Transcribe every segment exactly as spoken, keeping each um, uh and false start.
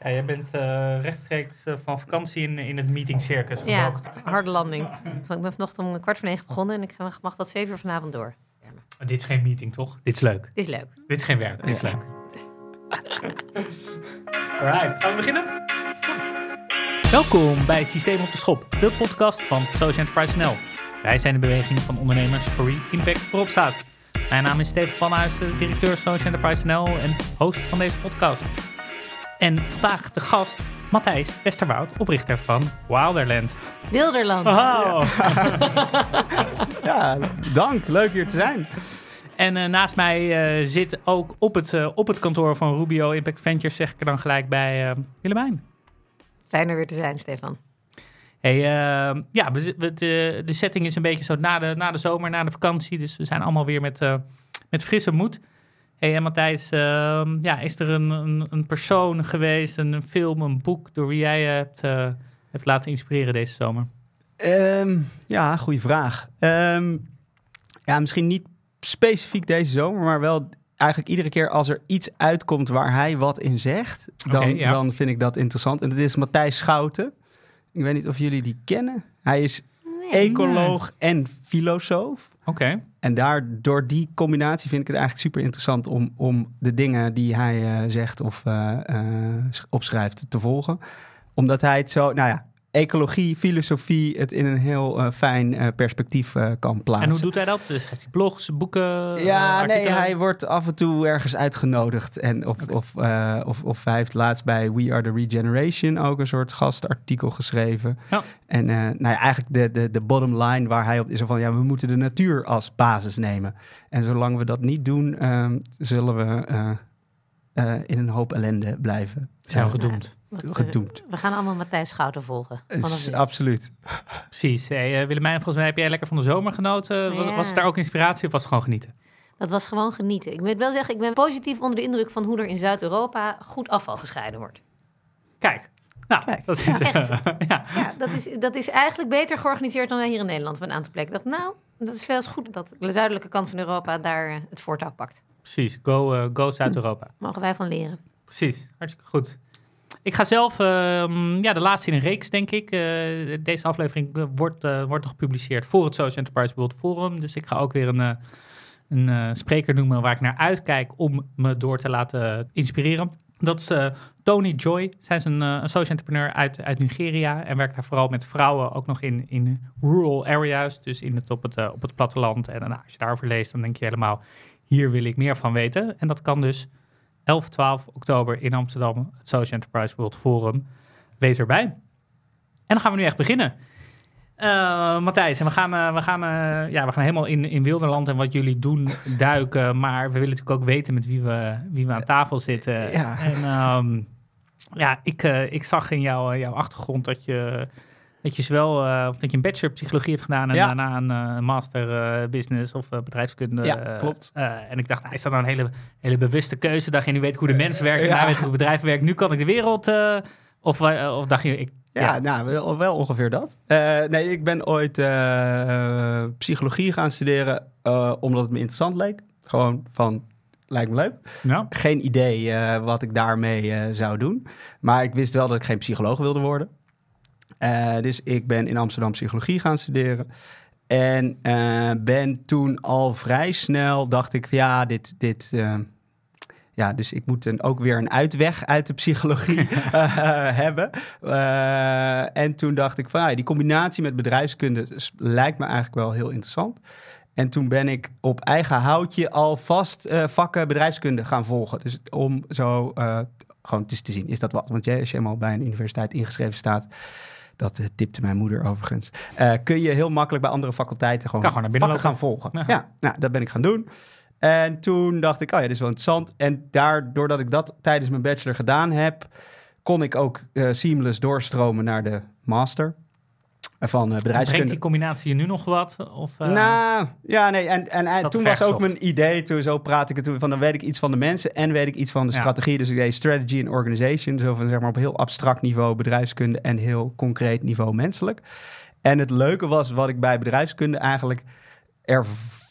Ja, jij bent uh, rechtstreeks uh, van vakantie in, in het meetingcircus. Ja, harde landing. Ik ben vanochtend om kwart voor negen begonnen en ik mag tot zeven uur vanavond door. Ja, dit is geen meeting, toch? Dit is leuk. Dit is leuk. Dit is geen werk, dit is leuk. Alright, gaan we beginnen? Ja. Welkom bij Systeem op de Schop, de podcast van Social Enterprise punt n l. Wij zijn de beweging van ondernemers voor wie impact voorop staat. Mijn naam is Steven Panhuijsen, directeur Social Enterprise punt n l en host van deze podcast. En vandaag de gast Matthijs Westerwoud, oprichter van Wilderland. Wilderland. Oh. Ja, dank. Leuk hier te zijn. En uh, naast mij uh, zit ook op het, uh, op het kantoor van Rubio Impact Ventures, zeg ik er dan gelijk bij, uh, Willemijn. Fijn er weer te zijn, Stefan. Hey, uh, ja, we, we, de, de setting is een beetje zo na de, na de zomer, na de vakantie. Dus we zijn allemaal weer met, uh, met frisse moed. Hey, en Matthijs, uh, ja, is er een, een, een persoon geweest, een, een film, een boek door wie jij je hebt, uh, hebt laten inspireren deze zomer? Um, ja, goede vraag. Um, ja, misschien niet specifiek deze zomer, maar wel eigenlijk iedere keer als er iets uitkomt waar hij wat in zegt, dan, okay, ja. dan vind ik dat interessant. En dat is Matthijs Schouten. Ik weet niet of jullie die kennen. Hij is nee, ecoloog nee. en filosoof. Oké. Okay. En daar, door die combinatie vind ik het eigenlijk super interessant om, om de dingen die hij uh, zegt of uh, uh, opschrijft te volgen. Omdat hij het zo, nou ja, ecologie, filosofie, het in een heel uh, fijn uh, perspectief uh, kan plaatsen. En hoe doet hij dat? Dus heeft hij blogs, boeken, Ja, uh, nee, hij wordt af en toe ergens uitgenodigd. En of, okay. of, uh, of, of hij heeft laatst bij We Are The Regeneration ook een soort gastartikel geschreven. Ja. En uh, nou ja, eigenlijk de, de, de bottom line waar hij op is van, ja, we moeten de natuur als basis nemen. En zolang we dat niet doen, um, zullen we uh, uh, in een hoop ellende blijven. Zijn we gedoemd. Wat, gedoemd. We gaan allemaal Matthijs Schouten volgen. Is, absoluut. Precies. Hey, uh, Willemijn, volgens mij heb jij lekker van de zomer genoten. Ja. Was, was het daar ook inspiratie of was het gewoon genieten? Dat was gewoon genieten. Ik moet wel zeggen, ik ben positief onder de indruk van hoe er in Zuid-Europa goed afval gescheiden wordt. Kijk. Nou, Kijk. dat is, ja, echt. ja. Ja, dat is, dat is eigenlijk beter georganiseerd dan wij hier in Nederland op een aantal plekken. Dat, nou, dat is wel eens goed dat de zuidelijke kant van Europa daar uh, het voortouw pakt. Precies. Go, uh, go Zuid-Europa. Mogen wij van leren. Precies. Hartstikke goed. Ik ga zelf, uh, ja, de laatste in een reeks, denk ik. Uh, deze aflevering uh, wordt, uh, wordt nog gepubliceerd voor het Social Enterprise World Forum. Dus ik ga ook weer een, uh, een uh, spreker noemen waar ik naar uitkijk om me door te laten inspireren. Dat is uh, Tony Joy. Zij is een, uh, een social entrepreneur uit, uit Nigeria en werkt daar vooral met vrouwen, ook nog in, in rural areas, dus in het, op, het, uh, op het platteland. En uh, nou, als je daarover leest, dan denk je helemaal, hier wil ik meer van weten. En dat kan dus elf, twaalf oktober in Amsterdam, het Social Enterprise World Forum. Wees erbij. En dan gaan we nu echt beginnen. Uh, Matthijs, en we gaan, uh, we, gaan, uh, ja, we gaan helemaal in, in Wilderland en wat jullie doen duiken. Maar we willen natuurlijk ook weten met wie we, wie we aan tafel zitten. Ja. En um, ja, ik, uh, ik zag in jouw, jouw achtergrond dat je, dat je zowel uh, dat je een bachelor psychologie hebt gedaan en ja. daarna een uh, master uh, business of uh, bedrijfskunde. Ja, klopt. Uh, en ik dacht, nou, is dat nou een hele, hele bewuste keuze? Dacht je, nu weet ik hoe de mens werkt, ja. nu weet ik hoe het bedrijf werkt, nu kan ik de wereld... Uh, of, uh, of dacht je, ik... Ja, Ja, nou, wel, wel ongeveer dat. Uh, nee, ik ben ooit uh, psychologie gaan studeren uh, omdat het me interessant leek. Gewoon van, lijkt me leuk. Ja. Geen idee uh, wat ik daarmee uh, zou doen. Maar ik wist wel dat ik geen psycholoog wilde worden. Uh, dus ik ben in Amsterdam psychologie gaan studeren. En uh, ben toen al vrij snel, dacht ik, ja, dit... dit uh, Ja, dus ik moet een, ook weer een uitweg uit de psychologie uh, hebben. Uh, en toen dacht ik van, ja, die combinatie met bedrijfskunde lijkt me eigenlijk wel heel interessant. En toen ben ik op eigen houtje alvast uh, vakken bedrijfskunde gaan volgen. Dus om zo uh, gewoon het is te zien, is dat wat? Want jij, als je helemaal bij een universiteit ingeschreven staat, dat uh, tipte mijn moeder overigens, uh, kun je heel makkelijk bij andere faculteiten gewoon, gewoon naar binnen vakken lopen. gaan volgen. Ja. Ja, nou, dat ben ik gaan doen. En toen dacht ik, oh ja, dit is wel interessant. En daar, doordat ik dat tijdens mijn bachelor gedaan heb, kon ik ook uh, seamless doorstromen naar de master van uh, bedrijfskunde. Brengt die combinatie je nu nog wat? Of, uh... Nou, ja, nee. En, en, en toen was ook vergezocht. mijn idee, toen zo praat ik het toen van, dan weet ik iets van de mensen en weet ik iets van de Ja. strategie. Dus ik deed strategy en organization, zo van zeg maar op heel abstract niveau bedrijfskunde en heel concreet niveau menselijk. En het leuke was wat ik bij bedrijfskunde eigenlijk er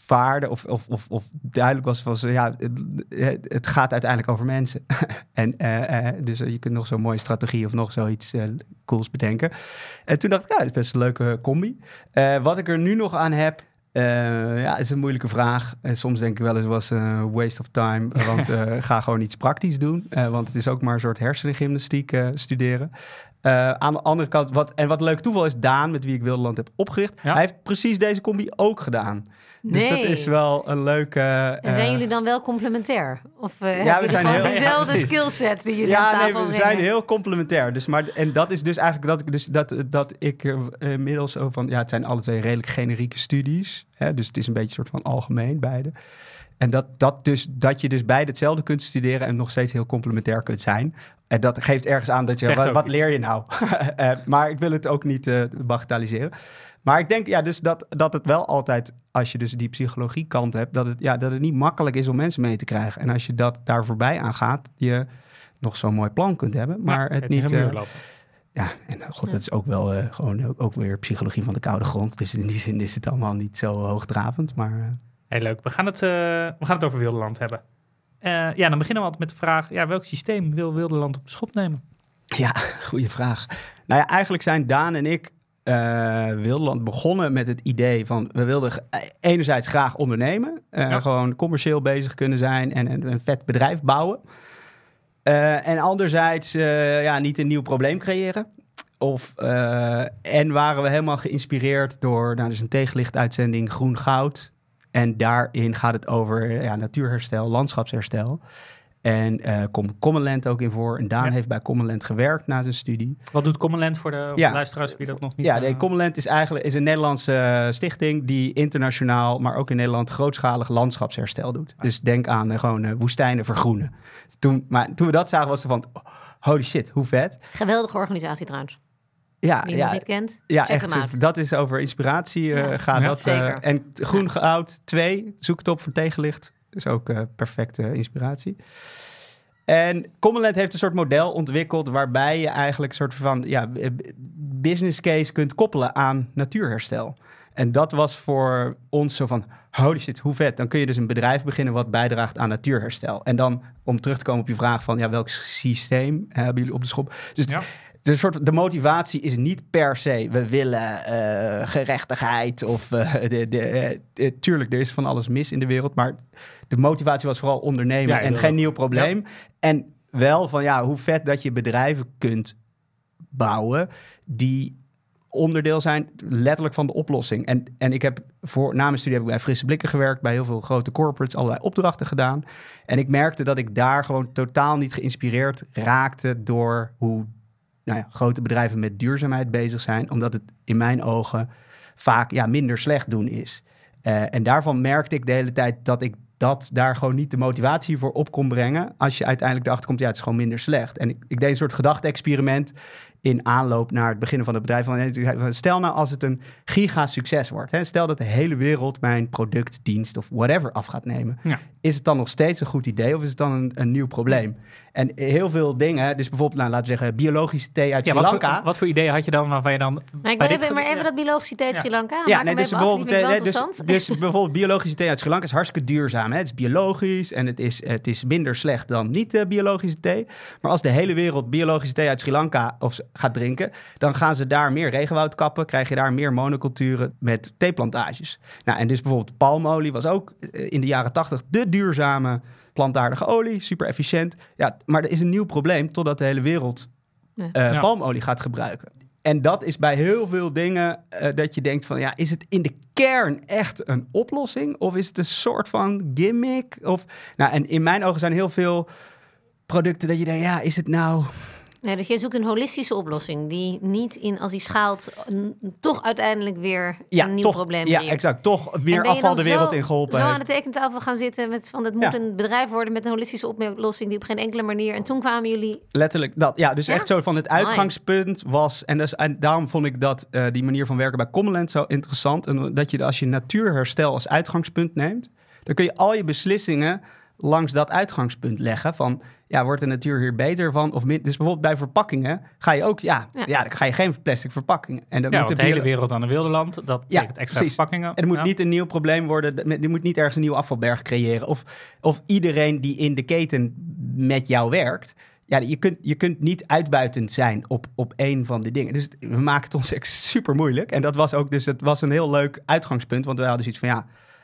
vaarde of, of, of, of duidelijk was van, ja, het, het gaat uiteindelijk over mensen. en uh, uh, dus je kunt nog zo'n mooie strategie of nog zoiets uh, cools bedenken. En toen dacht ik, ja, dat is best een leuke combi. Uh, wat ik er nu nog aan heb, Uh, ja, is een moeilijke vraag. En soms denk ik wel eens, was een waste of time. Want uh, ga gewoon iets praktisch doen. Uh, want het is ook maar een soort hersengymnastiek uh, studeren. Uh, aan de andere kant, wat, en wat een leuk toeval is, Daan, met wie ik Wilderland heb opgericht, ja. Hij heeft precies deze combi ook gedaan. Nee. Dus dat is wel een leuke... Uh, en zijn jullie dan wel complementair? Of uh, ja, we zijn heel dezelfde ja, skillset die jullie ja, aan tafel nee, we brengen? zijn heel complementair. Dus, maar, en dat is dus eigenlijk dat ik, dus, dat, dat ik uh, inmiddels zo van... Ja, het zijn alle twee redelijk generieke studies. Hè, dus het is een beetje een soort van algemeen, beide. En dat, dat, dus, dat je dus beide hetzelfde kunt studeren en nog steeds heel complementair kunt zijn. En dat geeft ergens aan dat je... Wat, wat leer je nou? uh, maar ik wil het ook niet uh, bagatelliseren. Maar ik denk ja, dus dat, dat het wel altijd, als je dus die psychologie kant hebt, dat het, ja, dat het niet makkelijk is om mensen mee te krijgen. En als je dat daar voorbij aangaat, je nog zo'n mooi plan kunt hebben, maar ja, het niet... Uh, ja, en god, ja. Dat is ook wel uh, gewoon ook, ook weer psychologie van de koude grond. Dus in die zin is het allemaal niet zo hoogdravend, maar... Uh... Heel leuk. We gaan het, uh, we gaan het over Wilderland hebben. Uh, ja, dan beginnen we altijd met de vraag, ja, welk systeem wil Wilderland op de schop nemen? Ja, goede vraag. Nou ja, eigenlijk zijn Daan en ik uh, Wilderland begonnen met het idee van, we wilden enerzijds graag ondernemen, uh, ja. gewoon commercieel bezig kunnen zijn en een, een vet bedrijf bouwen. Uh, en anderzijds uh, ja, niet een nieuw probleem creëren. Of, uh, en waren we helemaal geïnspireerd door, nou, dus een tegenlichtuitzending Groen Goud. En daarin gaat het over ja, natuurherstel, landschapsherstel. En uh, komt Commonland ook in voor. En Daan ja. heeft bij Commonland gewerkt na zijn studie. Wat doet Commonland voor de ja. luisteraars wie dat nog niet... Ja, nee, Commonland is eigenlijk is een Nederlandse uh, stichting die internationaal, maar ook in Nederland grootschalig landschapsherstel doet. Ja. Dus denk aan uh, gewoon uh, woestijnen vergroenen. Toen, maar toen we dat zagen was er van, oh, holy shit, hoe vet. Geweldige organisatie trouwens. Ja, Wie ja, het niet kent, ja, check echt. hem uit. Dat is over inspiratie. Uh, ja, gaat ja, dat, zeker. Uh, en Groen ja. Goud twee, zoek het op voor tegenlicht. Is ook uh, perfecte inspiratie. En Commonland heeft een soort model ontwikkeld waarbij je eigenlijk een soort van ja, business case kunt koppelen aan natuurherstel. En dat was voor ons zo van, holy shit, hoe vet. Dan kun je dus een bedrijf beginnen wat bijdraagt aan natuurherstel. En dan, om terug te komen op je vraag van, ja, welk systeem hebben jullie op de schop? Dus ja. De, soort, de motivatie is niet per se, we willen uh, gerechtigheid of uh, de, de, uh, tuurlijk, er is van alles mis in de wereld, maar de motivatie was vooral ondernemen ja, en geen nieuw probleem. Ja. En wel van, ja, hoe vet dat je bedrijven kunt bouwen die onderdeel zijn letterlijk van de oplossing. En, en ik heb voor, na mijn studie heb ik bij Frisse Blikken gewerkt, bij heel veel grote corporates, allerlei opdrachten gedaan. En ik merkte dat ik daar gewoon totaal niet geïnspireerd raakte door hoe nou ja, grote bedrijven met duurzaamheid bezig zijn, omdat het in mijn ogen vaak ja, minder slecht doen is. Uh, en daarvan merkte ik de hele tijd dat ik dat daar gewoon niet de motivatie voor op kon brengen, als je uiteindelijk erachter komt, ja, het is gewoon minder slecht. En ik, ik deed een soort gedachte-experiment in aanloop naar het beginnen van het bedrijf. Van, stel nou als het een giga-succes wordt. Hè? Stel dat de hele wereld mijn product, dienst of whatever af gaat nemen. Ja. Is het dan nog steeds een goed idee of is het dan een, een nieuw probleem? En heel veel dingen, dus bijvoorbeeld, nou, laten we zeggen, biologische thee uit ja, Sri Lanka. Wat voor, wat voor ideeën had je dan waarvan je dan... Nou, ik wil even, maar even ja. dat biologische thee uit Sri Lanka. Ja, nee, dus, bijvoorbeeld, nee, dus, dus bijvoorbeeld biologische thee uit Sri Lanka is hartstikke duurzaam. Hè? Het is biologisch en het is, het is minder slecht dan niet-biologische uh, thee. Maar als de hele wereld biologische thee uit Sri Lanka of gaat drinken, dan gaan ze daar meer regenwoud kappen, krijg je daar meer monoculturen met theeplantages. Nou, en dus bijvoorbeeld palmolie was ook uh, in de jaren tachtig de duurzame plantaardige olie, super efficiënt. Ja, maar er is een nieuw probleem totdat de hele wereld uh, ja. palmolie gaat gebruiken. En dat is bij heel veel dingen uh, dat je denkt van, ja, is het in de kern echt een oplossing? Of is het een soort van gimmick? Of, nou, en in mijn ogen zijn heel veel producten dat je denkt, ja, is het nou... Nee, dus jij zoekt een holistische oplossing die niet in, als die schaalt, n- toch uiteindelijk weer ja, een nieuw toch, probleem Ja, creëert. exact. Toch weer afval de wereld zo, in geholpen zo heeft. aan de tekentafel gaan zitten met van, het moet ja. een bedrijf worden met een holistische oplossing die op geen enkele manier... En toen kwamen jullie... Letterlijk dat. Ja, dus ja? echt zo van het uitgangspunt was... En, dus, en daarom vond ik dat uh, die manier van werken bij Commonland zo interessant. En dat je als je natuurherstel als uitgangspunt neemt, dan kun je al je beslissingen langs dat uitgangspunt leggen van... ja, wordt de natuur hier beter van? Of min, dus bijvoorbeeld bij verpakkingen ga je ook, ja, ja. ja dan ga je geen plastic verpakkingen. En dan ja, moet want de, de bio- hele wereld aan de wilde land, dat betekent ja, extra precies. verpakkingen. En het moet ja. niet een nieuw probleem worden. Je moet niet ergens een nieuw afvalberg creëren. Of, of iedereen die in de keten met jou werkt. Ja, je kunt, je kunt niet uitbuitend zijn op, op één van de dingen. Dus we maken het ons echt super moeilijk. En dat was ook dus, het was een heel leuk uitgangspunt. Want we hadden zoiets van, ja...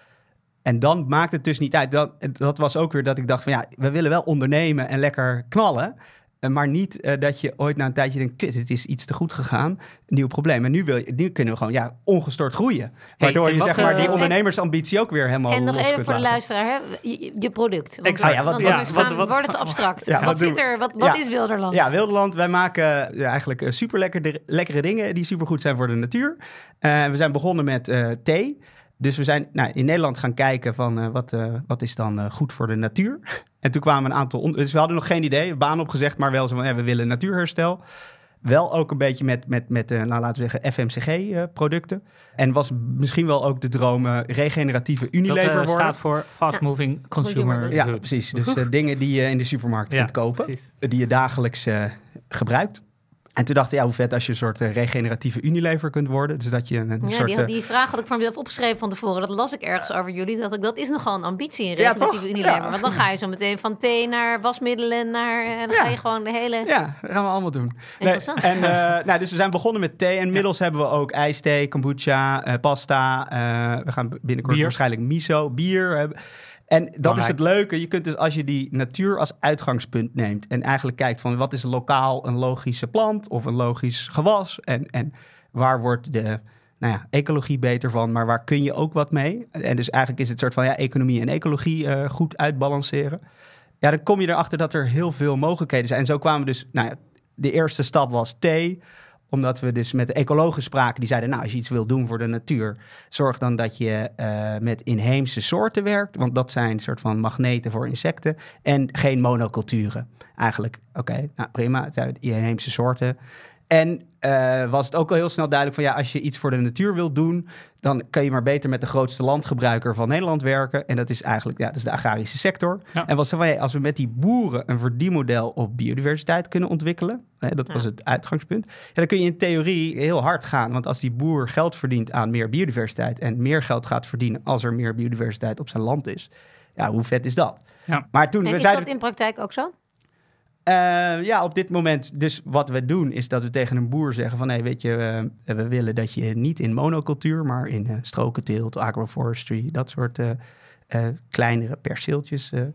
En dan maakt het dus niet uit. Dat, dat was ook weer dat ik dacht van, ja, we willen wel ondernemen en lekker knallen. Maar niet uh, dat je ooit na een tijdje denkt, kut, het is iets te goed gegaan. Een nieuw probleem. En nu, wil je, nu kunnen we gewoon ja, ongestoord groeien. Waardoor Hey, je wat, zeg maar uh, die ondernemersambitie ook weer helemaal En nog los even kunt voor de laten. luisteraar, hè? Je, je product. Want, Exact. want Ah, ja, wat- anders ja, wat- gaan- wat- wordt het abstract. Ja, wat wat zit doen- er? Wat, wat Ja. is Wilderland? Ja, Wilderland, wij maken ja, eigenlijk uh, super lekker, lekkere dingen die super goed zijn voor de natuur. Uh, we zijn begonnen met uh, thee. Dus we zijn nou, in Nederland gaan kijken van uh, wat, uh, wat is dan uh, goed voor de natuur. En toen kwamen een aantal... On- dus we hadden nog geen idee, baan opgezegd, maar wel zo van, ja, we willen natuurherstel. Wel ook een beetje met, met, met uh, nou, laten we zeggen, F M C G-producten. Uh, en was misschien wel ook de droom uh, regeneratieve Unilever dat uh, worden. staat voor Fast Moving Ja. Consumer Goods. Ja, precies. Dus uh, dingen die je in de supermarkt Ja, kunt kopen. precies. Die je dagelijks uh, gebruikt. En toen dacht ik, ja, hoe vet als je een soort uh, regeneratieve Unilever kunt worden. Dus dat je een, een Ja, soort... die, uh, die vraag had ik voor mezelf opgeschreven van tevoren. Dat las ik ergens over jullie. Dat, ik, dat is nogal een ambitie in Ja, regeneratieve toch? Unilever. Ja. Want dan ga je zo meteen van thee naar wasmiddelen naar... En dan Ja. ga je gewoon de hele... Ja, dat gaan we allemaal doen. Interessant. Nee, en, uh, nou, dus we zijn begonnen met thee. En inmiddels hebben we ook ijsthee, kombucha, uh, pasta. Uh, we gaan binnenkort Bier. waarschijnlijk miso, bier hebben. En dat Belangrijk. is het leuke. Je kunt dus als je die natuur als uitgangspunt neemt... en eigenlijk kijkt van wat is lokaal een logische plant... of een logisch gewas... en, en waar wordt de nou ja, ecologie beter van... maar waar kun je ook wat mee? En dus eigenlijk is het soort van ja, economie en ecologie uh, goed uitbalanceren. Ja, dan kom je erachter dat er heel veel mogelijkheden zijn. En zo kwamen we dus... Nou ja, de eerste stap was thee... Omdat we dus met de ecologen spraken. Die zeiden, nou, als je iets wil doen voor de natuur... zorg dan dat je uh, met inheemse soorten werkt. Want dat zijn een soort van magneten voor insecten. En geen monoculturen. Eigenlijk, oké, okay, nou prima. Het zijn inheemse soorten. En uh, was het ook al heel snel duidelijk van... ja, als je iets voor de natuur wilt doen... dan kan je maar beter met de grootste landgebruiker van Nederland werken. En dat is eigenlijk ja, dat is de agrarische sector. Ja. En was er van, ja, als we met die boeren een verdienmodel op biodiversiteit kunnen ontwikkelen... Hè, dat was ja. het uitgangspunt... Ja, dan kun je in theorie heel hard gaan. Want als die boer geld verdient aan meer biodiversiteit... en meer geld gaat verdienen als er meer biodiversiteit op zijn land is... ja, hoe vet is dat? Ja. Maar toen, en we is zeiden, dat in praktijk ook zo? Uh, ja, op dit moment. Dus wat we doen is dat we tegen een boer zeggen van... hé, hey, weet je, uh, we willen dat je niet in monocultuur... maar in uh, strokenteelt, agroforestry, dat soort uh, uh, kleinere perceeltjes... Uh,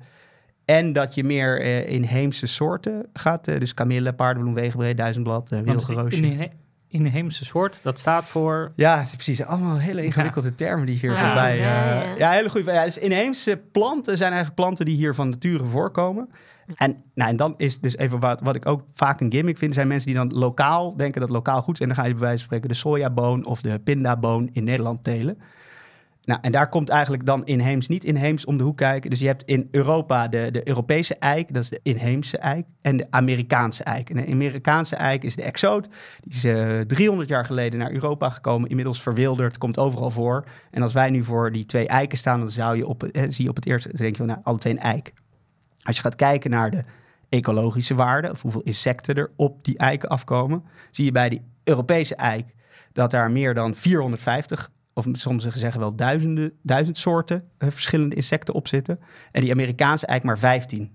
en dat je meer uh, inheemse soorten gaat. Uh, dus kamille, paardenbloem, wegenbreed, duizendblad, uh, wilgenroosje. In, in, inheemse soort, dat staat voor... Ja, precies. Allemaal hele ingewikkelde ja. termen die hier ja. voorbij... Uh, ja, ja. ja, hele goede. Ja, dus inheemse planten zijn eigenlijk planten die hier van nature voorkomen... En, nou, en dan is dus even wat, wat ik ook vaak een gimmick vind... zijn mensen die dan lokaal denken dat lokaal goed is... en dan ga je bij wijze van spreken de sojaboon of de pindaboon in Nederland telen. Nou, en daar komt eigenlijk dan inheems, niet inheems om de hoek kijken. Dus je hebt in Europa de, de Europese eik, dat is de inheemse eik... en de Amerikaanse eik. En de Amerikaanse eik is de exoot. Die is uh, driehonderd jaar geleden naar Europa gekomen. Inmiddels verwilderd, komt overal voor. En als wij nu voor die twee eiken staan... dan zou je op, eh, zie je op het eerste, dan denk je van, nou, alle twee een eik. Als je gaat kijken naar de ecologische waarde... of hoeveel insecten er op die eiken afkomen... zie je bij die Europese eik dat daar meer dan vierhonderdvijftig... of soms zeggen wel duizenden, duizend soorten uh, verschillende insecten op zitten. En die Amerikaanse eik maar vijftien.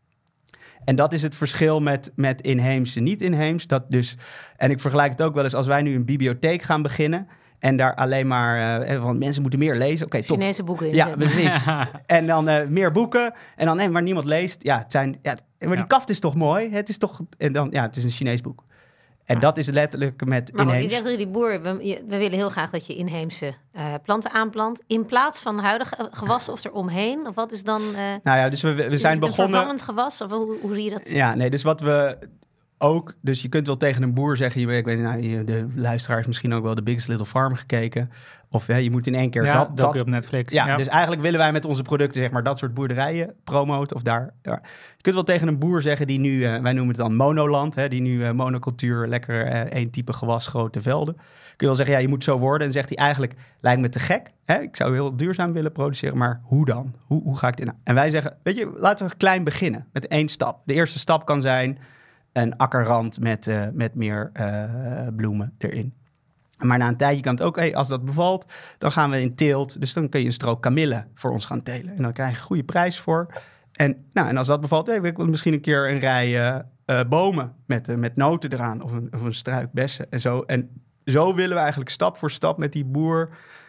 En dat is het verschil met, met inheems en niet-inheems. Dat dus, en ik vergelijk het ook wel eens als wij nu een bibliotheek gaan beginnen... en daar alleen maar... Uh, want mensen moeten meer lezen. Oké, okay, top. Chinese boeken in. Ja, precies. En dan uh, meer boeken. En dan, nee, maar niemand leest. Ja, het zijn... Ja, maar die ja. kaft is toch mooi? Het is toch... En dan, ja, het is een Chinees boek. En ja. dat is letterlijk met maar inheems. Je zegt tegen die boer, we, we willen heel graag dat je inheemse uh, planten aanplant... in plaats van huidige gewassen of eromheen? Of wat is dan... Uh, nou ja, dus we, we zijn is het begonnen... een vervangend gewas? Of hoe, hoe zie je dat? Ja, nee, dus wat we... ook, dus je kunt wel tegen een boer zeggen, je, ik weet, nou, de luisteraar heeft misschien ook wel de Biggest Little Farm gekeken. Of hè, je moet in één keer ja, dat... dat op Netflix. ja, Ja, dus eigenlijk willen wij met onze producten zeg maar dat soort boerderijen promoten of daar. Ja. Je kunt wel tegen een boer zeggen die nu, uh, wij noemen het dan monoland, hè, die nu uh, monocultuur, lekker uh, één type gewas, grote velden. Kun je wel zeggen, ja, je moet zo worden. En zegt hij eigenlijk, lijkt me te gek. Hè? Ik zou heel duurzaam willen produceren, maar hoe dan? Hoe, hoe ga ik dit nou? En wij zeggen, weet je, laten we klein beginnen met één stap. De eerste stap kan zijn een akkerrand met, uh, met meer uh, bloemen erin. Maar na een tijdje kan het ook, hey, als dat bevalt, dan gaan we in teelt. Dus dan kun je een strook kamille voor ons gaan telen. En dan krijg je een goede prijs voor. En, nou, en als dat bevalt, hey, wil ik misschien een keer een rij uh, uh, bomen met, uh, met noten eraan. Of een, of een struik bessen en zo. En zo willen we eigenlijk stap voor stap met die boer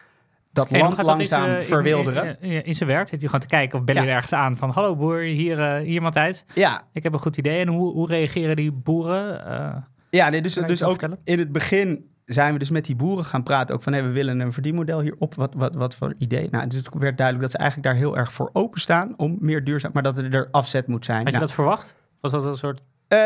dat hey, land dat langzaam in, uh, verwilderen. In, in, in zijn werk zit hij gewoon te kijken of bellen Ja. je ergens aan van... Hallo boer, hier, uh, hier Matthijs. Ja, Ik heb een goed idee. En hoe, hoe reageren die boeren? Uh, ja nee, dus, Kan je dus dat ook vertellen? in het begin zijn we dus met die boeren gaan praten. Ook van, hey, we willen een verdienmodel hierop. Wat, wat, wat voor idee? Nou, dus het werd duidelijk dat ze eigenlijk daar heel erg voor openstaan om meer duurzaam... Maar dat er afzet moet zijn. had je Nou, dat verwacht? Was dat een soort...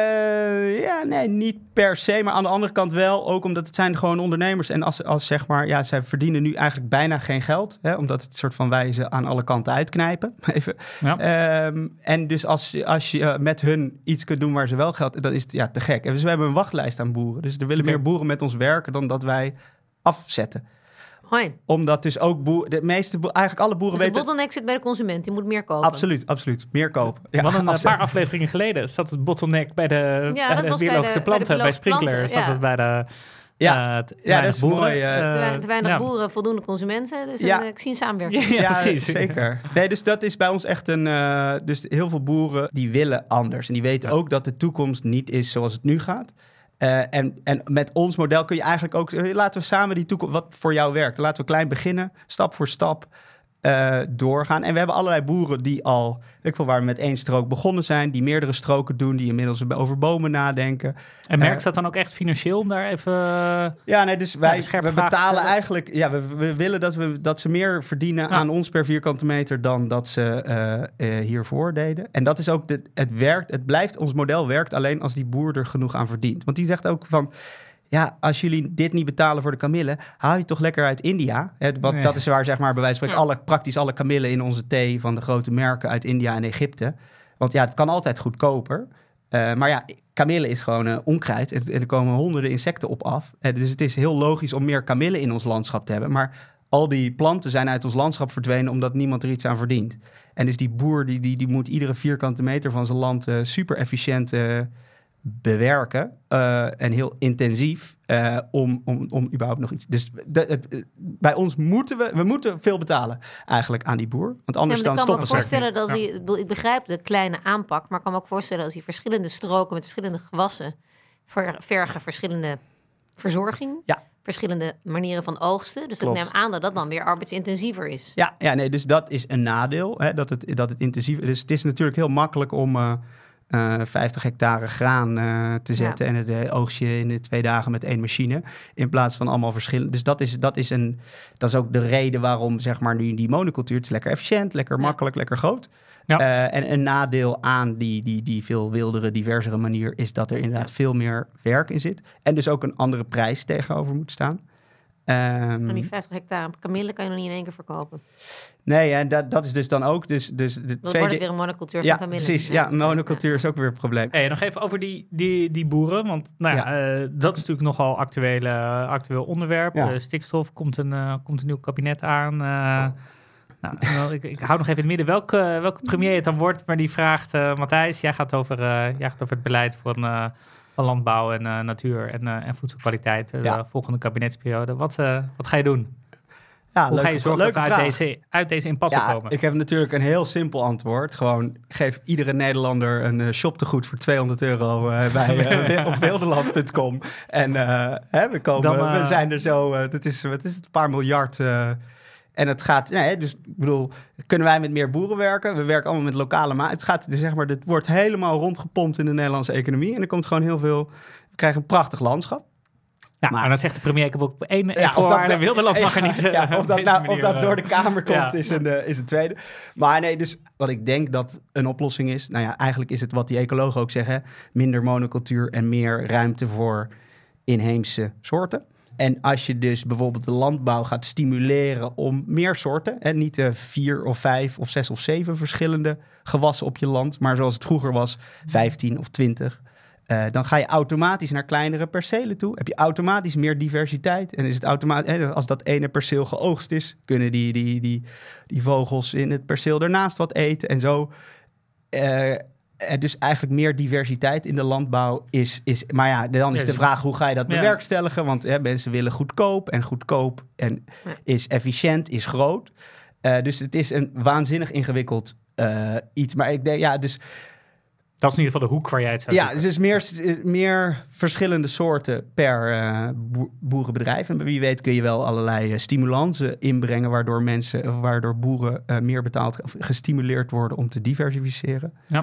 Uh, ja, nee, niet per se. Maar aan de andere kant wel. Ook omdat het zijn gewoon ondernemers. En als, als zeg maar, ja, zij verdienen nu eigenlijk bijna geen geld. Hè, omdat het soort van wijze aan alle kanten uitknijpen. Even. Ja. Um, en dus als, als je uh, met hun iets kunt doen waar ze wel geld... dan is het ja, te gek. En dus we hebben een wachtlijst aan boeren. Dus er willen Okay. meer boeren met ons werken dan dat wij afzetten. Hoi. Omdat dus ook boeren... De meeste boeren, eigenlijk alle boeren Dus de weten... bottleneck zit bij de consument. Die moet meer kopen. Absoluut, absoluut. Meer kopen. Ja, Want een afzetten. paar afleveringen geleden zat het bottleneck bij de, Ja, bij dat de was bij biologische de- bij de planten, bij, biologische Sprinkler. planten, Zat ja. het bij de... Ja. uh, te Ja, weinig dat is boeren. mooi, uh, Te, wei- te weinig ja. boeren, voldoende consumenten. Dus Ja. een, ik zie een samenwerking. Ja, Ja, precies. zeker. Nee, dus dat is bij ons echt een... Uh, dus heel veel boeren die willen anders. En die weten Ja. ook dat de toekomst niet is zoals het nu gaat. Uh, en, en met ons model kun je eigenlijk ook... Uh, laten we samen die toekomst... Wat voor jou werkt. Laten we klein beginnen. Stap voor stap uh, doorgaan. En we hebben allerlei boeren die al... Ik wil waar we met één strook begonnen zijn. Die meerdere stroken doen. Die inmiddels over bomen nadenken. En merkt Uh, dat dan ook echt financieel om daar even... Uh, Ja, nee, dus wij Ja, scherpe we vraag betalen stellen. eigenlijk... Ja, we, we willen dat, we, dat ze meer verdienen Ja. aan ons per vierkante meter dan dat ze uh, uh, hiervoor deden. En dat is ook... De, het werkt, het blijft... Ons model werkt alleen als die boer er genoeg aan verdient. Want die zegt ook van... Ja, als jullie dit niet betalen voor de kamille, haal je toch lekker uit India. Hè, wat, Ja. Dat is waar, zeg maar, bij wijze van spreken, Ja. alle, praktisch alle kamillen in onze thee van de grote merken uit India en Egypte. Want ja, het kan altijd goedkoper. Uh, maar ja, kamille is gewoon uh, onkruid en, en er komen honderden insecten op af. Uh, dus het is heel logisch om meer kamille in ons landschap te hebben. Maar al die planten zijn uit ons landschap verdwenen omdat niemand er iets aan verdient. En dus die boer die, die, die moet iedere vierkante meter van zijn land uh, super efficiënt uh, bewerken. Uh, en heel intensief uh, om, om, om überhaupt nog iets... Dus de, het, uh, bij ons moeten we... We moeten veel betalen eigenlijk aan die boer. Want anders Ja, maar dan ik kan me stoppen ook ze. voorstellen dat Ja. hij, ik bedoel, ik begrijp de kleine aanpak, maar ik kan me ook voorstellen als hij verschillende stroken met verschillende gewassen ver, vergen verschillende verzorging, Ja. verschillende manieren van oogsten. Dus Klopt. ik neem aan dat dat dan weer arbeidsintensiever is. Ja, ja, nee, dus dat is een nadeel, hè, dat, het, dat het intensief... Dus het is natuurlijk heel makkelijk om uh, uh, vijftig hectare graan uh, te zetten... Ja. en het uh, oogst je in de twee dagen met één machine... in plaats van allemaal verschillende... Dus dat is, dat is, een, dat is ook de reden waarom, zeg maar, nu die monocultuur... Het is lekker efficiënt, lekker Ja. makkelijk, lekker groot. Ja. Uh, en een nadeel aan die, die, die veel wildere, diversere manier... is dat er inderdaad veel meer werk in zit. En dus ook een andere prijs tegenover moet staan. Um, En die vijftig hectare kamille kan je nog niet in één keer verkopen. Nee, en dat, dat is dus dan ook... Dus, dus de Dan tweede... wordt het weer een monocultuur Ja, van kamille. precies. Ja, monocultuur is ook weer een probleem. Hey, nog even over die, die, die boeren, want nou ja, uh, dat is natuurlijk nogal actuele, actueel onderwerp. Ja. Uh, stikstof, komt een, uh, komt een nieuw kabinet aan. Uh, nou, nou, ik, ik hou nog even in het midden welke, welke premier het dan wordt, maar die vraagt, uh, Matthijs, jij gaat over, uh, jij gaat over het beleid van, uh, van landbouw en uh, natuur en, uh, en voedselkwaliteit uh, Ja. de volgende kabinetsperiode. Wat, uh, wat ga je doen? Ja, Hoe ga je leuke, zorgen dat leuke we uit vraag. deze, uit deze impasse Ja, komen? ik heb natuurlijk een heel simpel antwoord. Gewoon, geef iedere Nederlander een uh, shoptegoed voor tweehonderd euro uh, bij, uh, op wilderland punt com. En uh, hè, we, komen, Dan, uh, we zijn er zo, uh, dat is, wat is het, een paar miljard... Uh, en het gaat, nee, dus ik bedoel, kunnen wij met meer boeren werken? We werken allemaal met lokale ma. Het gaat, dus zeg maar, het wordt helemaal rondgepompt in de Nederlandse economie. En er komt gewoon heel veel, we krijgen een prachtig landschap. Ja, Ja, maar, maar dan zegt de premier, ik heb ook één ja, voorwaarde, Wilderland mag er niet... Uh, ja, of dat, nou, manier, of dat door de Kamer komt, ja. is, een, uh, is een tweede. Maar nee, dus wat ik denk dat een oplossing is... Nou ja, eigenlijk is het wat die ecologen ook zeggen... minder monocultuur en meer ruimte voor inheemse soorten. En als je dus bijvoorbeeld de landbouw gaat stimuleren om meer soorten... en niet uh, vier of vijf of zes of zeven verschillende gewassen op je land... maar zoals het vroeger was, vijftien of twintig... Uh, dan ga je automatisch naar kleinere percelen toe. Heb je automatisch meer diversiteit. En is het automatisch, eh, als dat ene perceel geoogst is... kunnen die, die, die, die vogels in het perceel ernaast wat eten en zo... Uh, dus eigenlijk meer diversiteit in de landbouw is... is maar ja, dan is de vraag, hoe ga je dat bewerkstelligen? Want hè, mensen willen goedkoop en goedkoop en ja. is efficiënt, is groot. Uh, dus het is een waanzinnig ingewikkeld uh, iets. Maar ik denk, ja, dus... Dat is in ieder geval de hoek waar jij het zou Ja, dus meer, meer verschillende soorten per uh, boerenbedrijf. En wie weet kun je wel allerlei uh, stimulansen inbrengen... waardoor mensen, waardoor boeren uh, meer betaald of gestimuleerd worden om te diversificeren. Ja.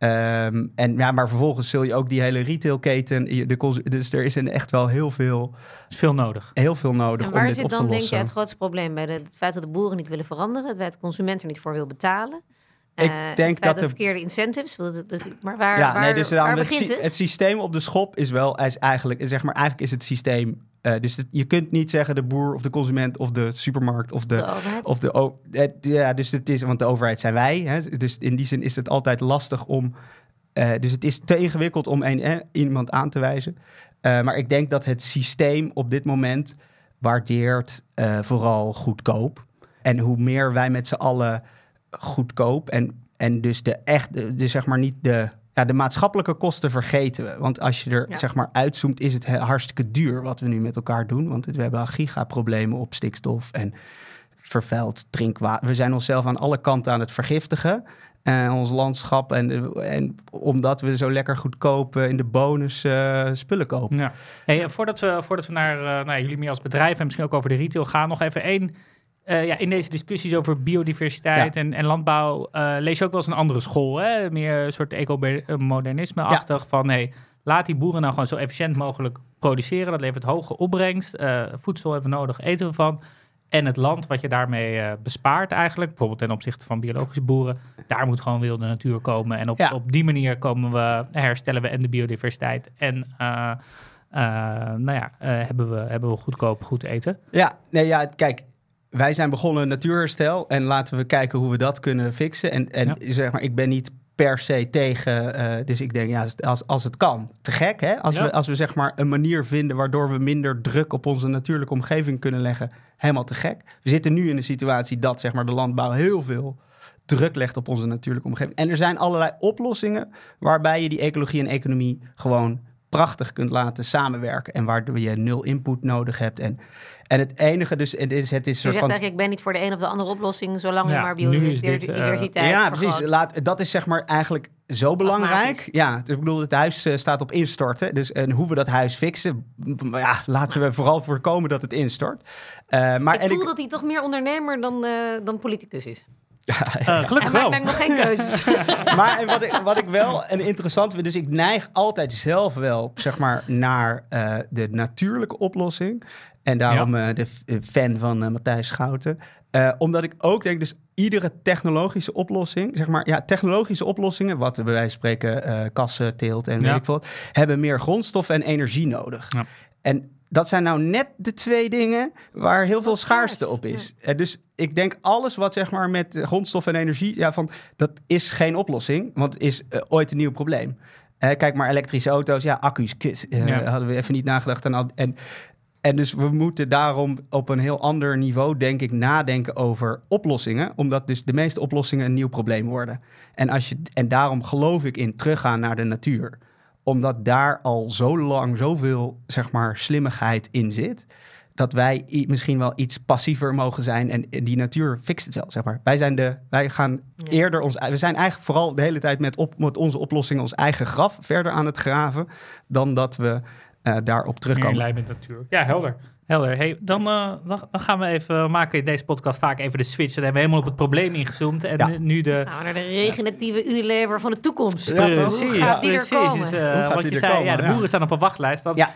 Um, en, ja, maar vervolgens zul je ook die hele retailketen... De, dus er is een echt wel heel veel... is veel nodig. Heel veel nodig om dit op te lossen. Waar zit dan, denk je, het grootste probleem bij? De, het feit dat de boeren niet willen veranderen... het feit dat de consument er niet voor wil betalen... Ik uh, denk het dat de de verkeerde incentives, dat, dat, maar waar, ja, waar, nee, dus waar het, begint het? Het systeem op de schop is wel is eigenlijk, zeg maar, eigenlijk is het systeem. Uh, dus het, je kunt niet zeggen de boer of de consument of de supermarkt of de, de overheid. Of de o, het, ja, dus het is, want de overheid zijn wij. Hè, dus in die zin is het altijd lastig om. Uh, dus het is te ingewikkeld om een, eh, iemand aan te wijzen. Uh, maar ik denk dat het systeem op dit moment waardeert uh, vooral goedkoop. En hoe meer wij met z'n allen goedkoop en, en dus de echt, de, de, zeg maar niet de, ja, de maatschappelijke kosten vergeten we. Want als je er ja. zeg maar uitzoomt, is het hartstikke duur wat we nu met elkaar doen. Want we hebben al gigaproblemen op stikstof en vervuild drinkwater. We zijn onszelf aan alle kanten aan het vergiftigen. Uh, ons landschap. En, en omdat we zo lekker goedkoop uh, in de bonus uh, spullen kopen. Ja. Hey, voordat, we, voordat we naar, uh, naar jullie meer als bedrijf en misschien ook over de retail gaan, nog even één. Uh, ja, in deze discussies over biodiversiteit ja. en, en landbouw uh, lees je ook wel eens een andere school. Hè? Meer een soort ecomodernisme-achtig ja. van hey, laat die boeren nou gewoon zo efficiënt mogelijk produceren. Dat levert hoge opbrengst. Uh, voedsel hebben we nodig, eten we van. En het land wat je daarmee uh, bespaart eigenlijk, bijvoorbeeld ten opzichte van biologische boeren, daar moet gewoon wilde natuur komen. En op, ja. op die manier komen we, herstellen we en de biodiversiteit en uh, uh, nou ja, uh, hebben, we, hebben we goedkoop goed eten. Ja, nee, ja, kijk, wij zijn begonnen natuurherstel en laten we kijken hoe we dat kunnen fixen. En, en ja. zeg maar, ik ben niet per se tegen, uh, dus ik denk, ja, als, als het kan, te gek, hè? Als, ja. we, als we zeg maar een manier vinden waardoor we minder druk op onze natuurlijke omgeving kunnen leggen, helemaal te gek. We zitten nu in een situatie dat zeg maar de landbouw heel veel druk legt op onze natuurlijke omgeving. En er zijn allerlei oplossingen waarbij je die ecologie en economie gewoon prachtig kunt laten samenwerken en waardoor je nul input nodig hebt. En, en het enige dus, het is, het is je zegt van, eigenlijk, ik ben niet voor de een of de andere oplossing, zolang ja, je maar biodiversiteit uh, Ja, precies. Laat, dat is zeg maar eigenlijk zo belangrijk. Ja, dus ik bedoel, het huis uh, staat op instorten. Dus en hoe we dat huis fixen, ja, laten we vooral voorkomen dat het instort. Uh, maar ik en voel ik, dat hij toch meer ondernemer dan, uh, dan politicus is. Ja, ja. Uh, gelukkig hij wel. maakt nog geen keuzes. Maar wat ik, wat ik wel een interessant vind, dus ik neig altijd zelf wel, zeg maar, naar uh, de natuurlijke oplossing. En daarom ja. uh, de f- fan van uh, Matthijs Schouten. Uh, omdat ik ook denk, dus iedere technologische oplossing, zeg maar, ja, technologische oplossingen, wat we bij wijze van spreken uh, kassen, teelt en ja. weet ik wat, hebben meer grondstoffen en energie nodig. Ja. En dat zijn nou net de twee dingen waar heel veel schaarste op is. Ja. Dus ik denk alles wat zeg maar met grondstof en energie, ja, van dat is geen oplossing, want het is uh, ooit een nieuw probleem. Uh, kijk maar elektrische auto's, ja, accu's, kut, uh, ja. hadden we even niet nagedacht aan. En, en dus we moeten daarom op een heel ander niveau, denk ik, nadenken over oplossingen, omdat dus de meeste oplossingen een nieuw probleem worden. En, als je, en daarom geloof ik in teruggaan naar de natuur. Omdat daar al zo lang zoveel, zeg maar, slimmigheid in zit, dat wij i- misschien wel iets passiever mogen zijn en die natuur fixt het zelf, zeg maar. Wij zijn de, wij gaan ja. eerder ons, we zijn eigenlijk vooral de hele tijd met, op, met onze oplossingen ons eigen graf verder aan het graven, dan dat we uh, daarop terugkomen. Meer in lijn met natuur. Ja, helder. Helder. Hey, dan, uh, dan, dan gaan we even maken in deze podcast vaak even de switch. Dan hebben we helemaal op het probleem ingezoomd. En ja. nu de... Nou, naar de regeneratieve ja. Unilever van de toekomst. Ja, precies. Hoe gaat die precies. er komen? Dus, uh, wat je zei, komen, ja, de boeren ja. staan op een wachtlijst. Dat, ja.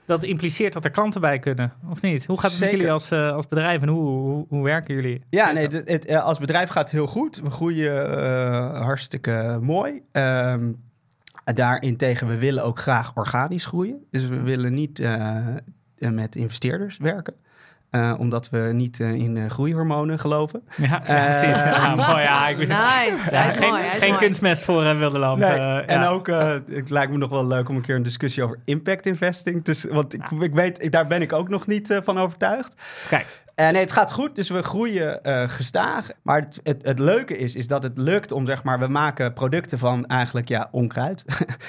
dat impliceert dat er klanten bij kunnen, of niet? Hoe gaat het Zeker. met jullie als, uh, als bedrijf en hoe, hoe, hoe werken jullie? Ja, nee, het, het, als bedrijf gaat het heel goed. We groeien uh, hartstikke mooi. Um, daarin tegen, we willen ook graag organisch groeien. Dus we willen niet uh, met investeerders werken. Uh, omdat we niet uh, in uh, groeihormonen geloven. Ja, ja uh, precies. Ja, mooi. Ja, ik nice. Ja, ja, geen mooi, geen kunstmest voor uh, Wilderland. Nee, uh, en ja. ook, uh, het lijkt me nog wel leuk om een keer een discussie over impact investing. Dus, want ik, ik weet, ik, daar ben ik ook nog niet uh, van overtuigd. Kijk. Uh, nee, het gaat goed, dus we groeien uh, gestaag. Maar het, het, het leuke is, is dat het lukt om, zeg maar, we maken producten van eigenlijk, ja, onkruid.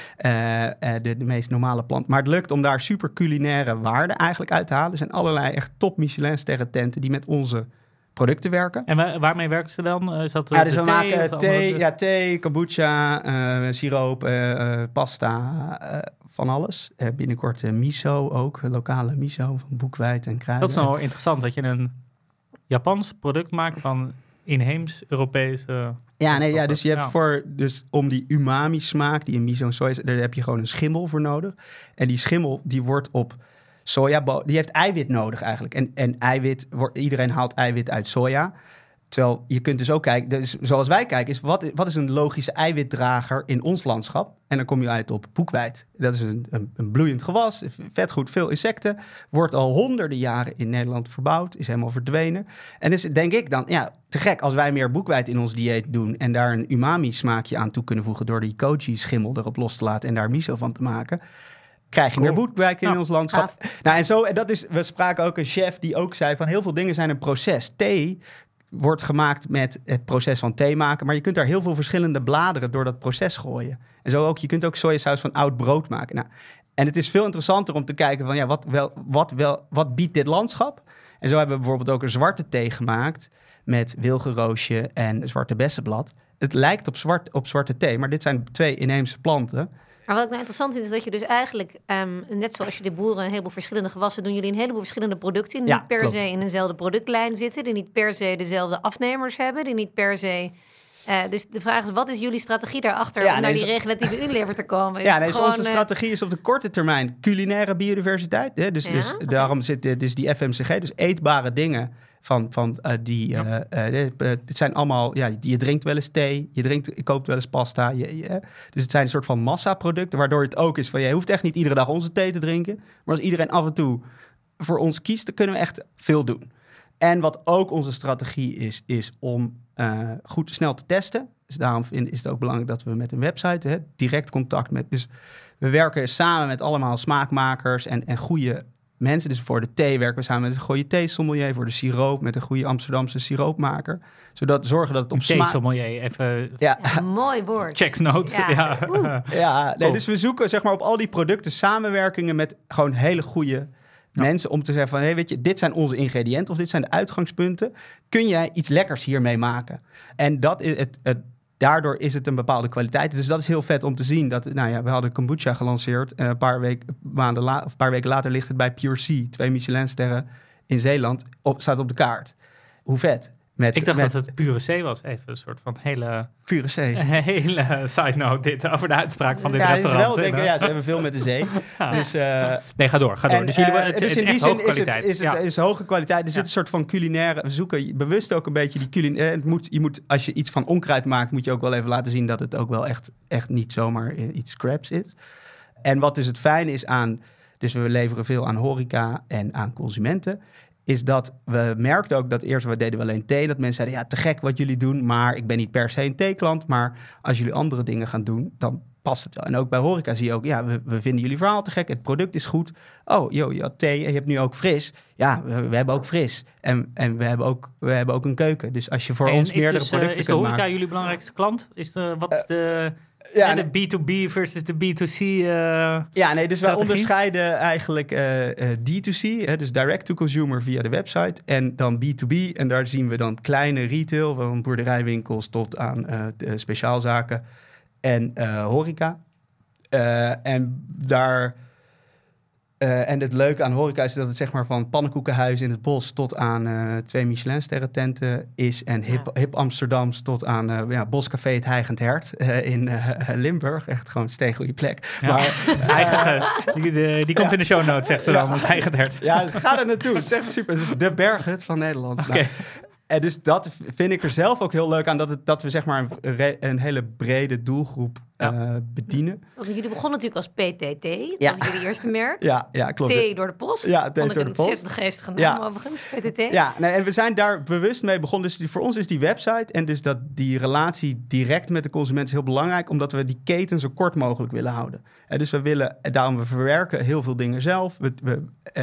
uh, uh, de, de meest normale plant. Maar het lukt om daar super culinaire waarde eigenlijk uit te halen. Er zijn allerlei echt top Michelin-sterren tenten die met onze producten werken. En wa- waarmee werken ze dan? Is dat ja, dus de we thee, maken thee, ja, thee, kombucha, uh, siroop, uh, uh, pasta, uh, van alles. Uh, binnenkort uh, miso ook, lokale miso van boekweit en kruiden. Dat is nou wel interessant, dat je een Japans product maakt van inheems Europese... Ja, nee, ja, dus je hebt ja. voor, dus om die umami smaak, die in miso en soja, daar heb je gewoon een schimmel voor nodig. En die schimmel, die wordt op soja, die heeft eiwit nodig eigenlijk. En, en eiwit, wordt, iedereen haalt eiwit uit soja. Terwijl je kunt dus ook kijken, dus zoals wij kijken, is wat, wat is een logische eiwitdrager in ons landschap? En dan kom je uit op boekweit. Dat is een, een, een bloeiend gewas, vetgoed, veel insecten. Wordt al honderden jaren in Nederland verbouwd, is helemaal verdwenen. En dus denk ik dan, ja, te gek als wij meer boekweit in ons dieet doen en daar een umami smaakje aan toe kunnen voegen door die koji-schimmel erop los te laten en daar miso van te maken. Krijg je Cool. meer boekweit in Nou, ons landschap. Nou, en zo, en dat is, we spraken ook een chef die ook zei van heel veel dingen zijn een proces. Thee wordt gemaakt met het proces van thee maken, maar je kunt daar heel veel verschillende bladeren door dat proces gooien. En zo ook, je kunt ook sojasaus van oud brood maken. Nou, en het is veel interessanter om te kijken van, ja, wat, wel, wat, wel, wat biedt dit landschap? En zo hebben we bijvoorbeeld ook een zwarte thee gemaakt met wilgenroosje en zwarte bessenblad. Het lijkt op, zwart, op zwarte thee, maar dit zijn twee inheemse planten. Maar wat ik nou interessant vind, is dat je dus eigenlijk, um, net zoals je de boeren een heleboel verschillende gewassen doen, jullie een heleboel verschillende producten die Ja, niet per klopt. se in eenzelfde productlijn zitten, die niet per se dezelfde afnemers hebben, die niet per se... Uh, dus de vraag is, wat is jullie strategie daarachter Ja, om nee, naar zo- die regulatieve Unilever te komen? Is Ja, het nee, gewoon, onze uh, strategie is op de korte termijn culinaire biodiversiteit. Hè? Dus, Ja, dus oké. daarom zit uh, dus die F M C G, dus eetbare dingen van, van uh, die... Uh, uh, dit, uh, dit zijn allemaal... Ja, je drinkt wel eens thee, je, drinkt, je koopt wel eens pasta. Je, je, dus het zijn een soort van massaproducten, waardoor het ook is van... Je hoeft echt niet iedere dag onze thee te drinken. Maar als iedereen af en toe voor ons kiest, dan kunnen we echt veel doen. En wat ook onze strategie is, is om uh, goed snel te testen. Dus daarom vind, is het ook belangrijk dat we met een website... Hè, direct contact met... Dus we werken samen met allemaal smaakmakers en, en goede mensen. Dus voor de thee werken we samen met een goede theesommelier. Voor de siroop met een goede Amsterdamse siroopmaker. Zodat zorgen dat het op smaak... Theesommelier, even Ja, ja, mooi woord. checks notes. Ja. Ja. Oeh. ja nee, Cool. dus we zoeken zeg maar op al die producten samenwerkingen met gewoon hele goede mensen om te zeggen van, hey, weet je, dit zijn onze ingrediënten of dit zijn de uitgangspunten. Kun jij iets lekkers hiermee maken? En dat is het, het daardoor is het een bepaalde kwaliteit. Dus dat is heel vet om te zien. Dat, nou ja, we hadden kombucha gelanceerd. Uh, een paar weken, maanden la- of een paar weken later ligt het bij Pure Sea. Twee Michelinsterren in Zeeland. Op, staat op de kaart. Hoe vet. Met, Ik dacht met dat het pure C was. Even een soort van hele, Pure Zee. hele side note dit over de uitspraak van dit Ja, het is restaurant. wel, denk ik, hè? ja, ze hebben veel met de zee. Ja. Dus, uh, Nee, ga door, ga door. En, dus jullie, uh, het, het dus is in die echt zin hoge is het, kwaliteit. is het Ja. is hoge kwaliteit. Er zit Ja. een soort van culinaire... We zoeken bewust ook een beetje die culinaire... Het moet, je moet, als je iets van onkruid maakt, moet je ook wel even laten zien dat het ook wel echt, echt niet zomaar iets scraps is. En wat dus het fijne is aan... Dus we leveren veel aan horeca en aan consumenten. Is dat we merkten ook dat eerst, we deden we alleen thee. Dat mensen zeiden, ja, te gek wat jullie doen. Maar ik ben niet per se een theeklant. Maar als jullie andere dingen gaan doen, dan past het wel. En ook bij horeca zie je ook, ja, we, we vinden jullie verhaal te gek. Het product is goed. Oh, joh, je had thee en je hebt nu ook fris. Ja, we, we hebben ook fris. En, en we, hebben ook, we hebben ook een keuken. Dus als je voor En ons is meerdere dus, uh, producten is de kunt horeca maken. jullie belangrijkste klant? Is de, wat is de, Ja, ja, nee. de B to B versus de B to C? Uh, Ja, nee, dus wij strategie? onderscheiden eigenlijk uh, uh, D to C, hè, dus direct to consumer via de website. En dan B to B, en daar zien we dan kleine retail, van boerderijwinkels tot aan uh, de speciaalzaken en uh, horeca. Uh, en daar Uh, en het leuke aan horeca is dat het zeg maar van pannenkoekenhuis in het bos tot aan uh, twee Michelin-sterren tenten is. En hip, ja. hip Amsterdams tot aan uh, ja, Boscafé Het Heigend Hert uh, in uh, Limburg. Echt gewoon een steengoede plek. Ja. Maar, uh, die, die, die komt ja. in de show notes, zegt ze dan, ja. Het Heigend Hert. Ja, dus ga er naartoe. Het is echt super. Het is de berghut van Nederland. Okay. Nou, en dus dat vind ik er zelf ook heel leuk aan, dat, het, dat we zeg maar een, re, een hele brede doelgroep ja. uh, bedienen. Want jullie begonnen natuurlijk als P T T, dat ja. was jullie eerste merk. Ja, ja klopt. Thee door de post. Ja, thee Vond door ik de een post. zestig geestige naam ja. overigens, P T T. Ja, nee, en we zijn daar bewust mee begonnen. Dus die, voor ons is die website en dus dat die relatie direct met de consument is heel belangrijk, omdat we die keten zo kort mogelijk willen houden. En dus we willen, daarom we verwerken heel veel dingen zelf. We, we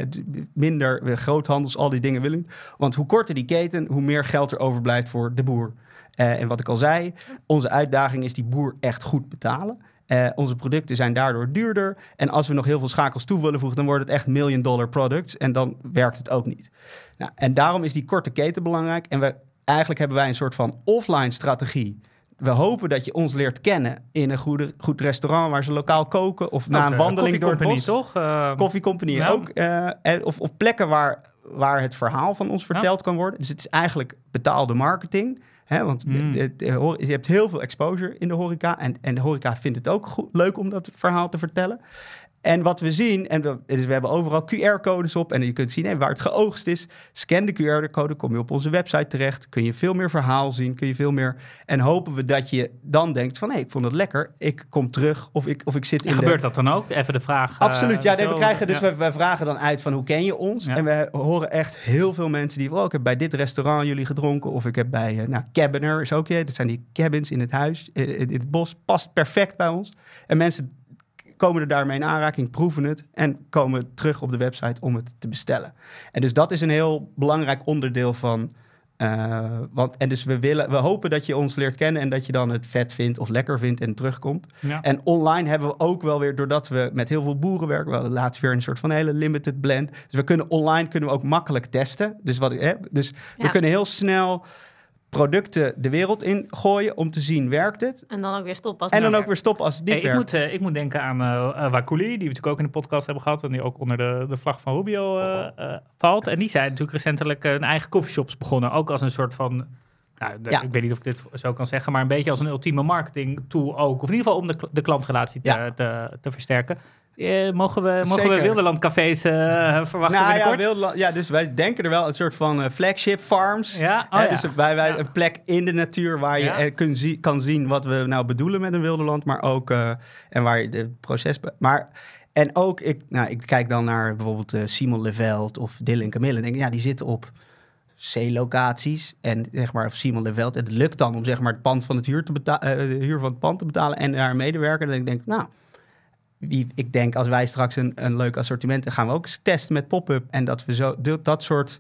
minder, we groothandels, al die dingen willen. Want hoe korter die keten, hoe meer geld er overblijft voor de boer. Uh, en wat ik al zei, onze uitdaging is die boer echt goed betalen. Uh, onze producten zijn daardoor duurder. En als we nog heel veel schakels toe willen voegen, dan wordt het echt million dollar products. En dan werkt het ook niet. Nou, en daarom is die korte keten belangrijk. En we, eigenlijk hebben wij een soort van offline strategie. We hopen dat je ons leert kennen in een goede, goed restaurant waar ze lokaal koken. Of na een wandeling door het bos. Toch? Uh, Koffie Company ja. ook. Uh, en, of op plekken waar, waar het verhaal van ons verteld ja. kan worden. Dus het is eigenlijk betaalde marketing. Hè, want mm. het, het, je hebt heel veel exposure in de horeca. En, en de horeca vindt het ook goed, leuk om dat verhaal te vertellen. En wat we zien, en we, dus we hebben overal Q R-codes op. En je kunt zien hey, waar het geoogst is. Scan de Q R-code, kom je op onze website terecht. Kun je veel meer verhaal zien, kun je veel meer. En hopen we dat je dan denkt van, hé, hey, ik vond het lekker. Ik kom terug of ik, of ik zit in en gebeurt de... dat dan ook? Even de vraag. Absoluut, ja. Nee, we krijgen dus, ja. we, we vragen dan uit van, hoe ken je ons? Ja. En we horen echt heel veel mensen die, oh, ik heb bij dit restaurant jullie gedronken. Of ik heb bij, uh, nou, Cabiner is ook, ja, dat zijn die cabins in het huis, in, in het bos. Past perfect bij ons. En mensen komen er daarmee in aanraking, proeven het en komen terug op de website om het te bestellen. En dus dat is een heel belangrijk onderdeel van... Uh, want, en dus we, willen, we hopen dat je ons leert kennen en dat je dan het vet vindt of lekker vindt en terugkomt. Ja. En online hebben we ook wel weer, doordat we met heel veel boeren werken, we hadden laatst weer een soort van hele limited blend. Dus we kunnen online kunnen we ook makkelijk testen. Dus, wat, hè, dus ja. we kunnen heel snel producten de wereld in gooien om te zien, werkt het? En dan ook weer stoppen als het En dan ook weer stoppen als het niet hey, werkt. Ik moet, uh, ik moet denken aan uh, Wakuli, die we natuurlijk ook in de podcast hebben gehad en die ook onder de, de vlag van Rubio uh, uh, valt. En die zijn natuurlijk recentelijk uh, een eigen coffeeshops begonnen, ook als een soort van... Nou, de, ja. Ik weet niet of ik dit zo kan zeggen, maar een beetje als een ultieme marketing tool ook. Of in ieder geval om de, de klantrelatie te, ja. te, te versterken. Uh, mogen we, mogen we Wilderlandcafés uh, verwachten nou, binnenkort? Ja, Wilderland, ja, dus wij denken er wel een soort van uh, flagship farms. Ja? Oh, hè, ja. Dus wij, wij ja. een plek in de natuur waar je ja. uh, kun zie, kan zien wat we nou bedoelen met een wilderland. Maar ook, uh, en waar je de proces... Maar, en ook, ik, nou, ik kijk dan naar bijvoorbeeld uh, Simon Leveld of Dylan Camille. En denk, ja, die zitten op C-locaties. En zeg maar, of Simon Leveld. En het lukt dan om zeg maar het pand van het huur, te beta- uh, de huur van het pand te betalen en daar een medewerker. Dan denk ik, nou... Wie, ik denk als wij straks een, een leuk assortiment... dan gaan we ook testen met pop-up. En dat we zo dat soort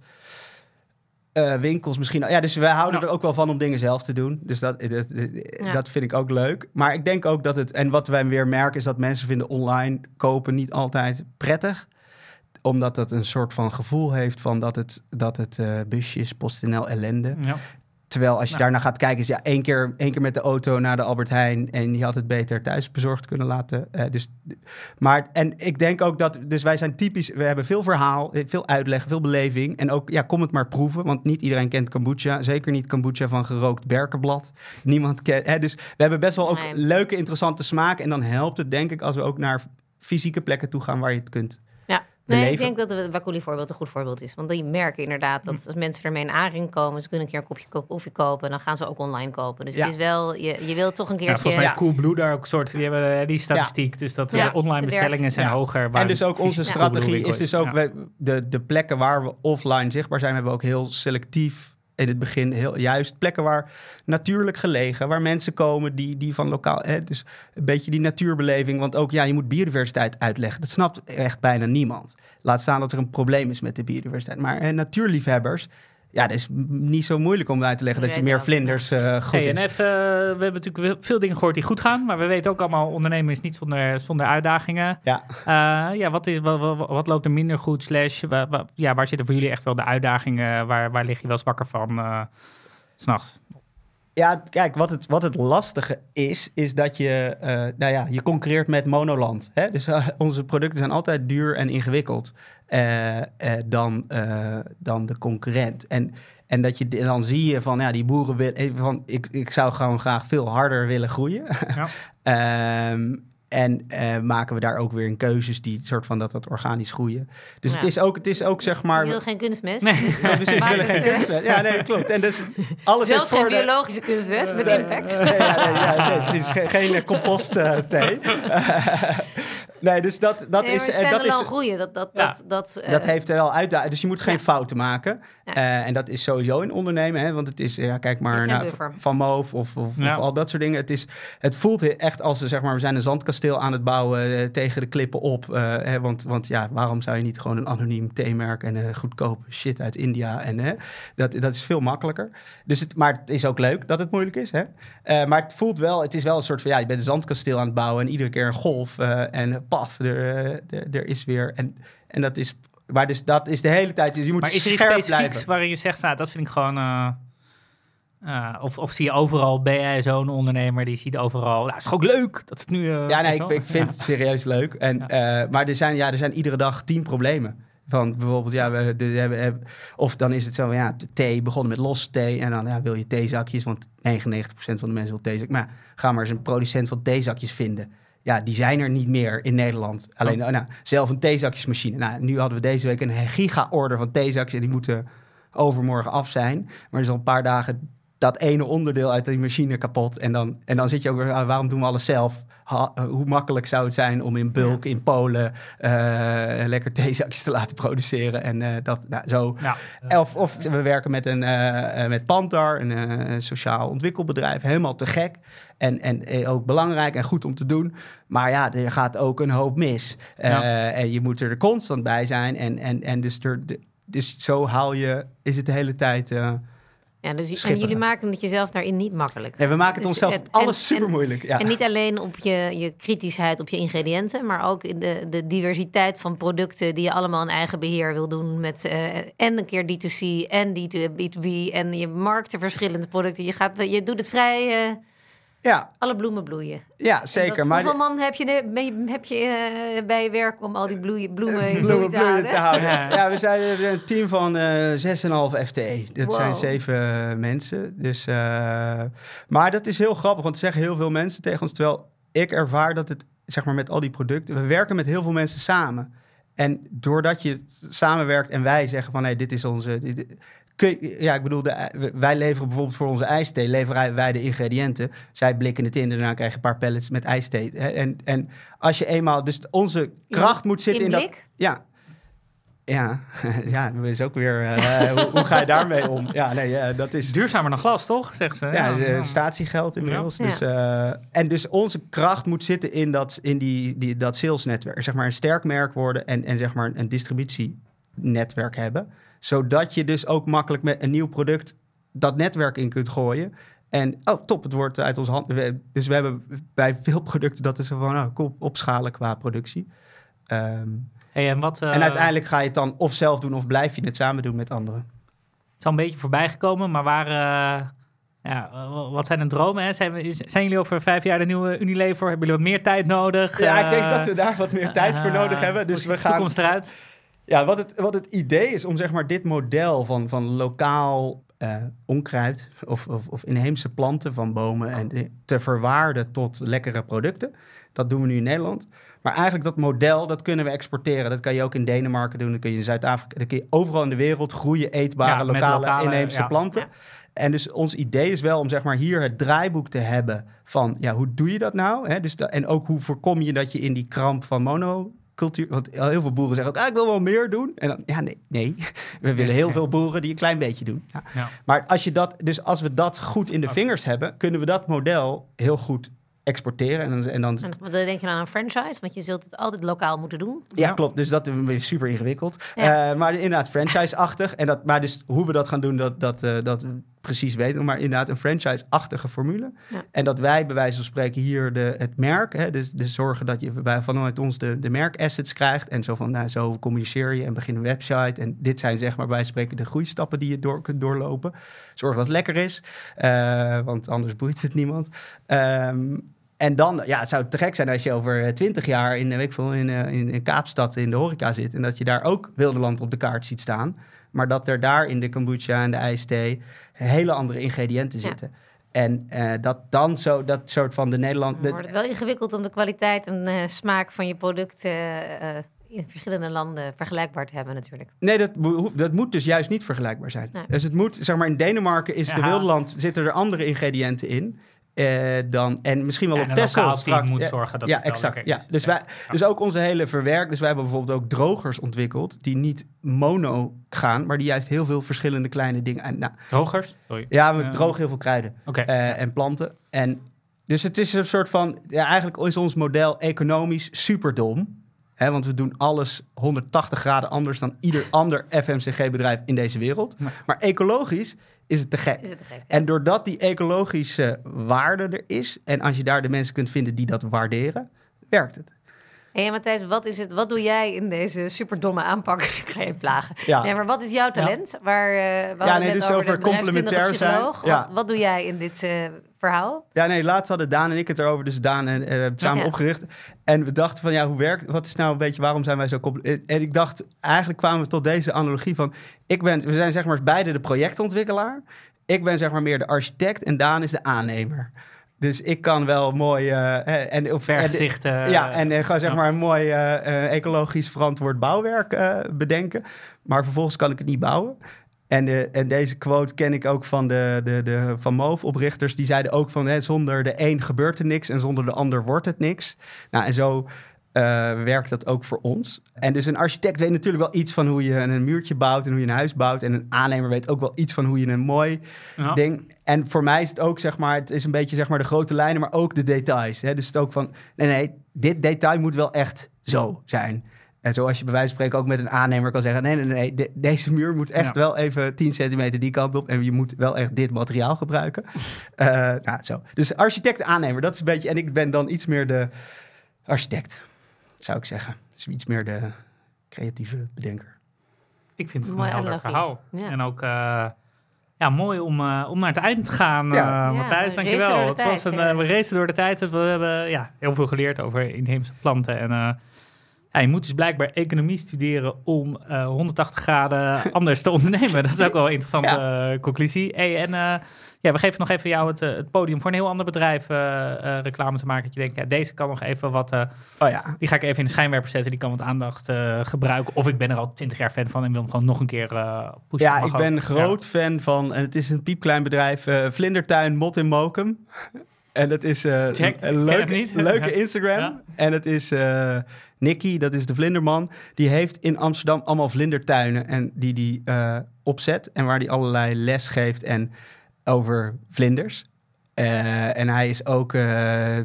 uh, winkels misschien... Ja, dus wij houden ja. er ook wel van om dingen zelf te doen. Dus dat, dat, ja. dat vind ik ook leuk. Maar ik denk ook dat het... En wat wij weer merken is dat mensen vinden online kopen niet altijd prettig. Omdat dat een soort van gevoel heeft van dat het, dat het uh, busjes, PostNL ellende... Ja. Terwijl als je nou. daarna gaat kijken, is ja, één keer, één keer met de auto naar de Albert Heijn en je had het beter thuis bezorgd kunnen laten. Uh, dus, maar, en ik denk ook dat, dus wij zijn typisch, we hebben veel verhaal, veel uitleg, veel beleving. En ook, ja, kom het maar proeven, want niet iedereen kent kombucha. Zeker niet kombucha van gerookt berkenblad. Niemand kent, hè, dus we hebben best wel ook nee. leuke, interessante smaak. En dan helpt het, denk ik, als we ook naar fysieke plekken toe gaan waar je het kunt. Ja. Nee, ik denk dat het Wakuli-voorbeeld een goed voorbeeld is. Want die merken inderdaad dat als mensen ermee in aanraking komen... ze kunnen een keer een kopje koffie kopen... dan gaan ze ook online kopen. Dus ja. het is wel, je, je wilt toch een keertje... Ja, volgens mij ja. Coolblue daar ook een soort... die hebben die statistiek. Ja. Dus dat ja. de online bestellingen zijn ja. hoger. En dus ook onze strategie is dus ook... Ja. De, de plekken waar we offline zichtbaar zijn... hebben we ook heel selectief... in het begin heel juist plekken waar natuurlijk gelegen, waar mensen komen die, die van lokaal, hè, dus een beetje die natuurbeleving, want ook ja, je moet biodiversiteit uitleggen. Dat snapt echt bijna niemand. Laat staan dat er een probleem is met de biodiversiteit. Maar eh, natuurliefhebbers, ja, dat is niet zo moeilijk om uit te leggen dat je meer vlinders uh, goed hey, is. En even, uh, we hebben natuurlijk veel dingen gehoord die goed gaan, maar we weten ook allemaal, ondernemen is niet zonder, zonder uitdagingen. Ja. Uh, ja, wat, is, wat, wat, wat loopt er minder goed? Slash, waar, waar, ja, waar zitten voor jullie echt wel de uitdagingen? Waar, waar lig je wel eens wakker van uh, 's nachts? Ja, kijk, wat het, wat het lastige is, is dat je, uh, nou ja, je concurreert met monoland. Hè? Dus uh, onze producten zijn altijd duur en ingewikkeld uh, uh, dan, uh, dan de concurrent. En, en dat je dan zie je van, ja, die boeren willen, van, ik, ik zou gewoon graag veel harder willen groeien. Ja. um, En uh, maken we daar ook weer in keuzes die soort van dat dat organisch groeien. Dus ja. het is ook, het is ook zeg maar. Je wil geen kunstmest. Nee, dus nee precies. We willen geen kunstmest. Ja, nee, klopt. En dus alles zelfs geen voor de... biologische kunstmest uh, met impact. Uh, ja, nee, ja, nee, precies. Geen, geen compost uh, thee. Uh, nee, dus dat, dat nee, is. En dat is groeien. Dat, dat, ja. dat, dat, uh, dat heeft er wel uitdaging. Dus je moet geen ja. fouten maken. Ja. Uh, en dat is sowieso in ondernemen. Hè, want het is, ja, kijk maar naar Van Moof of, of, ja. of al dat soort dingen. Het, is, het voelt echt als, zeg maar, we zijn een zandkasteel aan het bouwen. Uh, tegen de klippen op. Uh, hè, want, want ja, waarom zou je niet gewoon een anoniem theemerk en uh, goedkope shit uit India? En uh, dat, dat is veel makkelijker. Dus het, maar het is ook leuk dat het moeilijk is. Hè? Uh, maar het voelt wel, het is wel een soort van, ja, je bent een zandkasteel aan het bouwen en iedere keer een golf. Uh, en paf, er, uh, er, er is weer. En, en dat is, maar dus dat is de hele tijd, dus je moet maar scherp blijven. Maar is er iets blijven. specifieks waarin je zegt, nou, dat vind ik gewoon... Uh... Uh, of, of zie je overal, ben jij zo'n ondernemer die ziet overal... Nou, het is gewoon leuk dat het nu... Uh, ja, nee, ik, ik vind ja. het serieus leuk. En, ja. uh, maar er zijn, ja, er zijn iedere dag tien problemen. Van bijvoorbeeld, ja, we, de, we, we, of dan is het zo, ja, de thee, begonnen met losse thee. En dan ja, wil je theezakjes, want negenennegentig procent van de mensen wil theezakjes. Maar ga maar eens een producent van theezakjes vinden. Ja, die zijn er niet meer in Nederland. Alleen, oh. nou, zelf een theezakjesmachine. Nou, nu hadden we deze week een giga-order van theezakjes. En die moeten overmorgen af zijn. Maar er is al een paar dagen... dat ene onderdeel uit die machine kapot. En dan, en dan zit je ook weer, ah, waarom doen we alles zelf? Ha, hoe makkelijk zou het zijn om in bulk, ja. in Polen... Uh, lekker theezakjes te laten produceren. En uh, dat, nou, zo. Ja. Of, of we werken met, een, uh, met Pantar, een uh, sociaal ontwikkelbedrijf. Helemaal te gek. En, en ook belangrijk en goed om te doen. Maar ja, er gaat ook een hoop mis. Uh, ja. En je moet er constant bij zijn. En, en, en dus, er, dus zo haal je... is het de hele tijd... Uh, Ja, dus en jullie maken het jezelf daarin niet makkelijk. Nee, we maken het dus onszelf het, alles en, super moeilijk. Ja. En niet alleen op je, je kritischheid op je ingrediënten, maar ook in de, de diversiteit van producten die je allemaal in eigen beheer wil doen. Met uh, en een keer D twee C en B twee B en je markten verschillende producten. Je, gaat, je doet het vrij... Uh, Ja. Alle bloemen bloeien. Ja, zeker. Dat, maar hoeveel man heb je, heb je uh, bij je werk om al die bloeien, bloemen in bloemen te houden? Te houden. Ja. ja, we zijn een team van uh, zes komma vijf F T E. Dat wow. zijn zeven uh, mensen. Dus, uh, maar dat is heel grappig, want zeggen heel veel mensen tegen ons. Terwijl ik ervaar dat het, zeg maar met al die producten... We werken met heel veel mensen samen. En doordat je samenwerkt en wij zeggen van... Hey, dit is onze... Dit, Kun je, ja, ik bedoel, de, wij leveren bijvoorbeeld voor onze ijsthee... leveren wij de ingrediënten. Zij blikken het in en daarna krijg je een paar pallets met ijsthee. En, en als je eenmaal... Dus onze kracht in, moet zitten in, in blik? Dat... Ja, ja, ja, dat is ook weer... Uh, hoe, hoe ga je daarmee om? Ja, nee, ja, dat is... Duurzamer dan glas, toch? Zegt ze. Ja, ja. statiegeld inmiddels. Ja. Dus, uh, en dus onze kracht moet zitten in dat, in die, die, dat salesnetwerk. Zeg maar een sterk merk worden en, en zeg maar een distributienetwerk hebben... Zodat je dus ook makkelijk met een nieuw product dat netwerk in kunt gooien. En, oh top, het wordt uit onze hand. Dus we hebben bij veel producten dat is van, oh, cool, opschalen qua productie. Um, hey, en, wat, uh, en uiteindelijk ga je het dan of zelf doen of blijf je het samen doen met anderen. Het is al een beetje voorbij gekomen, maar waar... Uh... Ja, wat zijn de dromen? Hè? Zijn, zijn jullie over vijf jaar de nieuwe Unilever? Hebben jullie wat meer tijd nodig? Ja, uh, ik denk dat we daar wat meer tijd uh, voor nodig hebben. Dus we gaan... De toekomst eruit? Ja, wat het, wat het idee is om zeg maar dit model van, van lokaal uh, onkruid of, of, of inheemse planten van bomen en te verwaarden tot lekkere producten. Dat doen we nu in Nederland. Maar eigenlijk dat model, dat kunnen we exporteren. Dat kan je ook in Denemarken doen, dat kun je in Zuid-Afrika. Dat kun je overal in de wereld groeien eetbare ja, lokale, lokale inheemse ja. planten. Ja. En dus ons idee is wel om zeg maar hier het draaiboek te hebben van ja, hoe doe je dat nou? Hè? Dus da- en ook hoe voorkom je dat je in die kramp van mono... cultuur, want heel veel boeren zeggen, ah, ik wil wel meer doen. En dan, ja, nee, nee. We willen heel veel boeren die een klein beetje doen. Ja. Ja. Maar als je dat, dus als we dat goed in de vingers hebben, kunnen we dat model heel goed exporteren. En dan, en dan... En dan denk je aan een franchise, want je zult het altijd lokaal moeten doen. Ja, ja. klopt. Dus dat is super ingewikkeld. Ja. Uh, maar inderdaad franchise-achtig. En dat, maar dus hoe we dat gaan doen, dat, dat, uh, dat precies weten, maar inderdaad een franchise-achtige formule. Ja. En dat wij bij wijze van spreken hier de, het merk, hè, dus, dus zorgen dat je bij, vanuit ons de, de merkassets krijgt en zo van, nou, zo communiceer je en begin een website. En dit zijn zeg maar bij wijze van spreken de groeistappen die je door kunt doorlopen. Zorg dat het lekker is, uh, want anders boeit het niemand. Um, En dan, ja, het zou te gek zijn als je over twintig jaar in, weet ik veel, in, in, in Kaapstad in de horeca zit en dat je daar ook Wilderland op de kaart ziet staan. Maar dat er daar in de kombucha en de ijsthee hele andere ingrediënten zitten. Ja. En uh, dat dan zo, dat soort van de Nederland... Dan wordt het wel ingewikkeld om de kwaliteit en uh, smaak van je producten uh, in verschillende landen vergelijkbaar te hebben natuurlijk. Nee, dat, dat moet dus juist niet vergelijkbaar zijn. Nee. Dus het moet, zeg maar, in Denemarken is ja. de Wilderland, zitten er andere ingrediënten in. Uh, dan, en misschien wel ja, op Texel straks moet zorgen dat ja, het exact. wel Ja. is. Dus, ja. wij, dus ook onze hele verwerk. Dus wij hebben bijvoorbeeld ook drogers ontwikkeld die niet mono gaan, maar die juist heel veel verschillende kleine dingen. Nou, drogers? Sorry. Ja, we uh, drogen heel veel kruiden okay. uh, en planten. En dus het is een soort van. Ja, eigenlijk is ons model economisch superdom. Hè, want we doen alles honderdtachtig graden anders dan ieder ander F M C G-bedrijf in deze wereld. Nee. Maar ecologisch is het te gek. Is het te gek, ja. En doordat die ecologische waarde er is, en als je daar de mensen kunt vinden die dat waarderen, werkt het. Hé hey, Matthijs, wat is het? Wat doe jij in deze superdomme aanpak? Ik ga je plagen. Ja. Nee, maar wat is jouw talent? Ja. Waar uh, we ja, nee, net dus over, over complementair zijn. Ja. Wat, wat doe jij in dit uh, verhaal? Ja, nee, laatst hadden Daan en ik het erover. Dus Daan en uh, we hebben het samen ja. opgericht. En we dachten van, ja, hoe werkt... Wat is nou een beetje, waarom zijn wij zo... En ik dacht, eigenlijk kwamen we tot deze analogie van... Ik ben, we zijn zeg maar beide de projectontwikkelaar. Ik ben zeg maar meer de architect en Daan is de aannemer. Dus ik kan wel mooi... Uh, en, of, Vergezichten. En, ja, en uh, gewoon zeg ja. maar een mooi uh, uh, ecologisch verantwoord bouwwerk uh, bedenken. Maar vervolgens kan ik het niet bouwen. En, de, en deze quote ken ik ook van de, de, de Van Moof-oprichters. Die zeiden ook van, hè, zonder de een gebeurt er niks en zonder de ander wordt het niks. Nou, en zo... Uh, werkt dat ook voor ons. En dus een architect weet natuurlijk wel iets van hoe je een muurtje bouwt en hoe je een huis bouwt. En een aannemer weet ook wel iets van hoe je een mooi ja. ding... En voor mij is het ook, zeg maar, het is een beetje zeg maar de grote lijnen, maar ook de details. Hè? Dus het ook van, nee, nee, dit detail moet wel echt zo zijn. En zoals je bij wijze van spreken ook met een aannemer kan zeggen, nee, nee, nee, de, deze muur moet echt ja. wel even tien centimeter die kant op. En je moet wel echt dit materiaal gebruiken. uh, nou, zo. Dus architect, aannemer, dat is een beetje... En ik ben dan iets meer de architect, zou ik zeggen. Dus iets meer de creatieve bedenker. Ik vind het een helder verhaal. Ja. En ook uh, ja, mooi om, uh, om naar het eind te gaan, ja. uh, Matthijs. Ja, dankjewel. Het tijd, was een, ja. uh, we racen door de tijd. We hebben ja, heel veel geleerd over inheemse planten. En uh, ja, je moet dus blijkbaar economie studeren om uh, honderdtachtig graden anders te ondernemen. Dat is ook wel een interessante ja. uh, conclusie. Hey, en... Uh, Ja, we geven nog even jou het, uh, het podium voor een heel ander bedrijf uh, uh, reclame te maken. Dat je denkt, ja, deze kan nog even wat... Uh, oh ja. Die ga ik even in de schijnwerper zetten. Die kan wat aandacht uh, gebruiken. Of ik ben er al twintig jaar fan van en wil hem gewoon nog een keer uh, pushen. Ja, ik ben ook. groot ja. fan van... En het is een piepklein bedrijf. Uh, Vlindertuin Mot in Mokum. En dat is uh, Check, een leuke, leuke Instagram. Ja. En het is uh, Nicky, dat is de vlinderman. Die heeft in Amsterdam allemaal vlindertuinen. En die die uh, opzet. En waar die allerlei les geeft en... over vlinders. Uh, en hij is ook uh,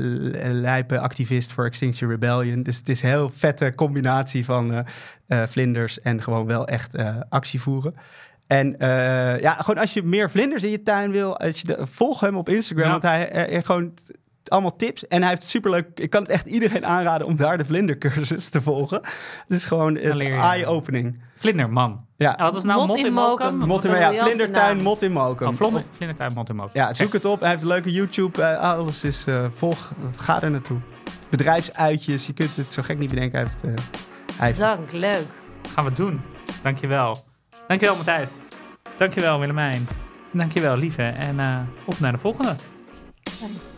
een lijpe activist voor Extinction Rebellion. Dus het is een heel vette combinatie van uh, uh, vlinders en gewoon wel echt uh, actie voeren. En uh, ja, gewoon als je meer vlinders in je tuin wil, als je de, volg hem op Instagram, ja. want hij uh, gewoon t- allemaal tips. En hij heeft superleuk, ik kan het echt iedereen aanraden om daar de vlindercursus te volgen. Het is gewoon het eye-opening. Vlinderman. Ja. En wat is nou Mot, mot in Mokum? Mot in ja, Vlindertuin, Mot in Mokum. Oh, vlonder, Vlindertuin, Mot in Mokum. Ja, zoek het op. Hij heeft een leuke YouTube. Uh, alles is uh, volg. Ga er naartoe. Bedrijfsuitjes. Je kunt het zo gek niet bedenken. Hij heeft, uh, hij heeft Dank, het. leuk. Gaan we doen. Dankjewel. Dankjewel Matthijs. Dankjewel Willemijn. Dankjewel Lieve. En uh, op naar de volgende. Thanks.